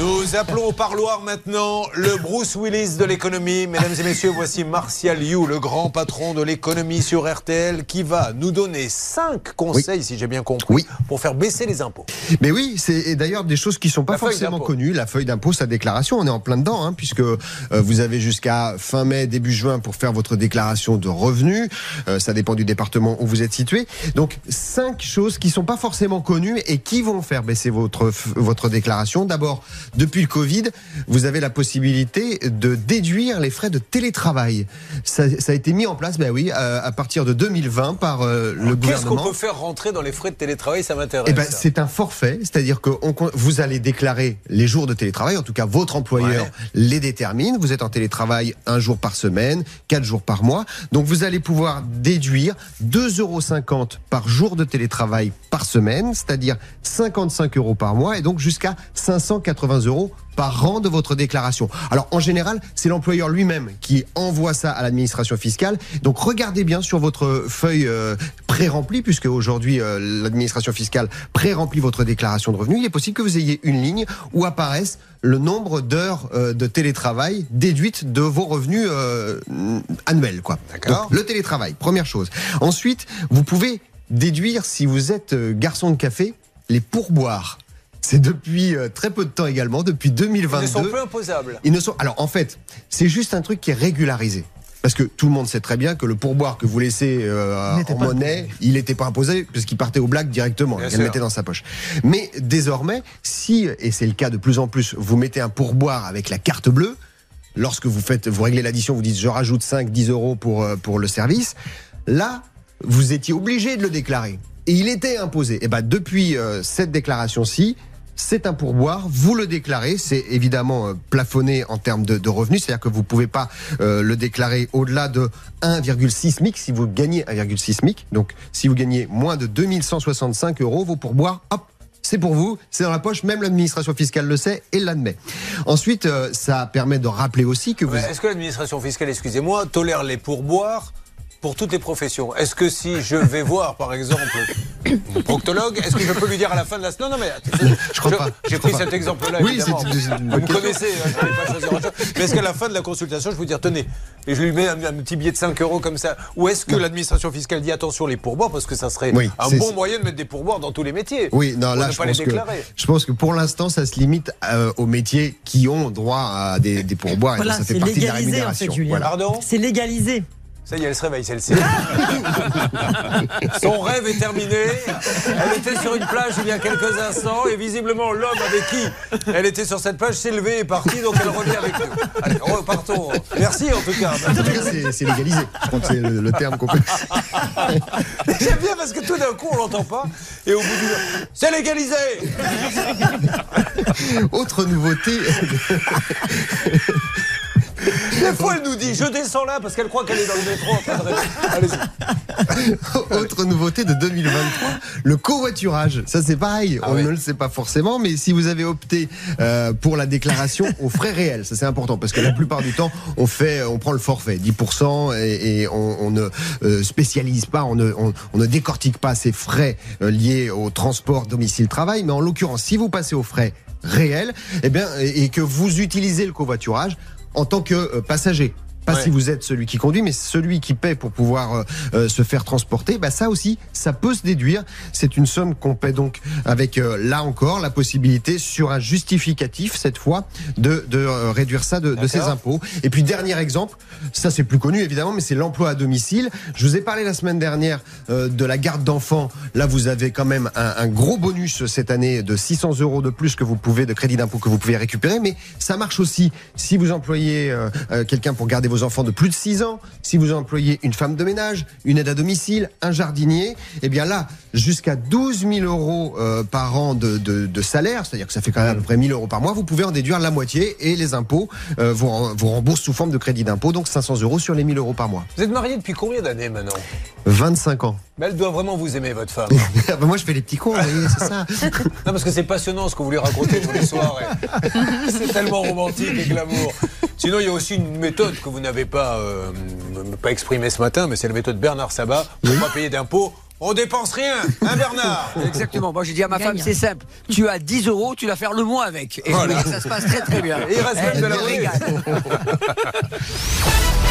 Nous appelons au parloir maintenant le Bruce Willis de l'économie. Mesdames et messieurs, voici Martial You, le grand patron de l'économie sur RTL, qui va nous donner 5 conseils, si j'ai bien compris, pour faire baisser les impôts. Mais oui, c'est d'ailleurs des choses qui ne sont pas forcément connues. La feuille d'impôt, sa déclaration, on est en plein dedans, puisque vous avez jusqu'à fin mai, début juin pour faire votre déclaration de revenus. Ça dépend du département où vous êtes situé. Donc 5 choses qui ne sont pas forcément connues et qui vont faire baisser votre déclaration. D'abord, depuis le Covid, vous avez la possibilité de déduire les frais de télétravail. Ça a été mis en place, à partir de 2020 par le gouvernement. Qu'est-ce qu'on peut faire rentrer dans les frais de télétravail? Ça m'intéresse. C'est un forfait, c'est-à-dire que vous allez déclarer les jours de télétravail, en tout cas votre employeur les détermine. Vous êtes en télétravail 1 jour par semaine, 4 jours par mois. Donc vous allez pouvoir déduire 2,50 € par jour de télétravail par semaine, c'est-à-dire 55 € par mois et donc jusqu'à 580 € par an de votre déclaration. Alors en général, c'est l'employeur lui-même qui envoie ça à l'administration fiscale. Donc regardez bien sur votre feuille pré-remplie, puisque aujourd'hui l'administration fiscale pré-remplit votre déclaration de revenus. Il est possible que vous ayez une ligne où apparaisse le nombre d'heures de télétravail déduites de vos revenus annuels, quoi. D'accord. Donc, le télétravail, première chose. Ensuite, vous pouvez déduire, si vous êtes garçon de café, les pourboires. C'est depuis très peu de temps également, depuis 2022. Ils ne sont plus imposables. Alors en fait, c'est juste un truc qui est régularisé. Parce que tout le monde sait très bien que le pourboire que vous laissez en monnaie, il n'était pas imposé parce qu'il partait au black directement. Il le mettait dans sa poche. Mais désormais, et c'est le cas de plus en plus, vous mettez un pourboire avec la carte bleue, lorsque vous réglez l'addition, vous dites je rajoute 5-10 € pour le service, là, vous étiez obligé de le déclarer. Et il était imposé. Et depuis cette déclaration-ci, c'est un pourboire, vous le déclarez, c'est évidemment plafonné en termes de revenus, c'est-à-dire que vous ne pouvez pas le déclarer au-delà de 1,6 SMIC si vous gagnez 1,6 SMIC. Donc si vous gagnez moins de 2165 €, vos pourboires, hop, c'est pour vous, c'est dans la poche, même l'administration fiscale le sait et l'admet. Ensuite, ça permet de rappeler aussi que vous... Est-ce que l'administration fiscale, excusez-moi, tolère les pourboires pour toutes les professions? Est-ce que si je vais voir, par exemple, mon proctologue, est-ce que je peux lui dire à la fin de la semaine... Non, mais je crois pas. J'ai pris cet exemple-là, oui, évidemment. Vous me connaissez, je ne vais pas choisir autre chose. Mais est-ce qu'à la fin de la consultation, je vous dire, tenez, et je lui mets un petit billet de 5 € comme ça, ou est-ce que l'administration fiscale dit attention les pourboires, parce que ça serait un bon moyen de mettre des pourboires dans tous les métiers. Oui, non, là, je pense que pour l'instant, ça se limite aux métiers qui ont droit à des pourboires. Voilà, et ça fait partie de la rémunération. En fait, Julien. Pardon ? C'est légalisé. Ça y est, elle se réveille, celle-ci. Son rêve est terminé. Elle était sur une plage il y a quelques instants et visiblement l'homme avec qui elle était sur cette plage s'est levé et est parti, donc elle revient avec nous. Allez, repartons. Merci en tout cas. En tout cas, c'est légalisé. Je crois que c'est le terme qu'on peut... J'aime bien parce que tout d'un coup on l'entend pas et au bout du... C'est légalisé. Autre nouveauté... Des fois, elle nous dit, je descends là, parce qu'elle croit qu'elle est dans le métro en train de rêver. Allez-y. Autre nouveauté de 2023, le covoiturage. Ça, c'est pareil. On ne le sait pas forcément, mais si vous avez opté pour la déclaration aux frais réels, ça c'est important, parce que la plupart du temps, on prend le forfait, 10%, et on ne spécialise pas, on ne décortique pas ces frais liés au transport domicile-travail, mais en l'occurrence, si vous passez aux frais réels, et que vous utilisez le covoiturage, en tant que passager. Pas si vous êtes celui qui conduit, mais celui qui paie pour pouvoir se faire transporter. Ça aussi, ça peut se déduire. C'est une somme qu'on paie donc avec, là encore, la possibilité sur un justificatif, cette fois, de réduire ça de ses impôts. Et puis, dernier exemple, ça c'est plus connu évidemment, mais c'est l'emploi à domicile. Je vous ai parlé la semaine dernière de la garde d'enfants. Là, vous avez quand même un gros bonus cette année de 600 € de plus de crédit d'impôt que vous pouvez récupérer. Mais ça marche aussi si vous employez quelqu'un pour garder vos enfants de plus de 6 ans, si vous employez une femme de ménage, une aide à domicile, un jardinier, là, jusqu'à 12 000 € par an de salaire, c'est-à-dire que ça fait quand même à peu près 1 000 € par mois, vous pouvez en déduire la moitié et les impôts vous remboursent sous forme de crédit d'impôt, donc 500 € sur les 1 000 € par mois. Vous êtes marié depuis combien d'années maintenant ? 25 ans. Mais elle doit vraiment vous aimer, votre femme. Moi, je fais les petits cons, vous voyez, c'est ça. Non, parce que c'est passionnant ce que vous lui racontez tous les soirs. C'est tellement romantique et glamour. Sinon, il y a aussi une méthode que vous n'avez pas exprimée ce matin, mais c'est la méthode Bernard Sabat. Pour ne pas payer d'impôts, on dépense rien, hein Bernard? Exactement. Moi, j'ai dit à ma femme, c'est simple. Tu as 10 €, tu vas faire le mois avec. Et voilà. Ça se passe très très bien. Et il reste même de la régale.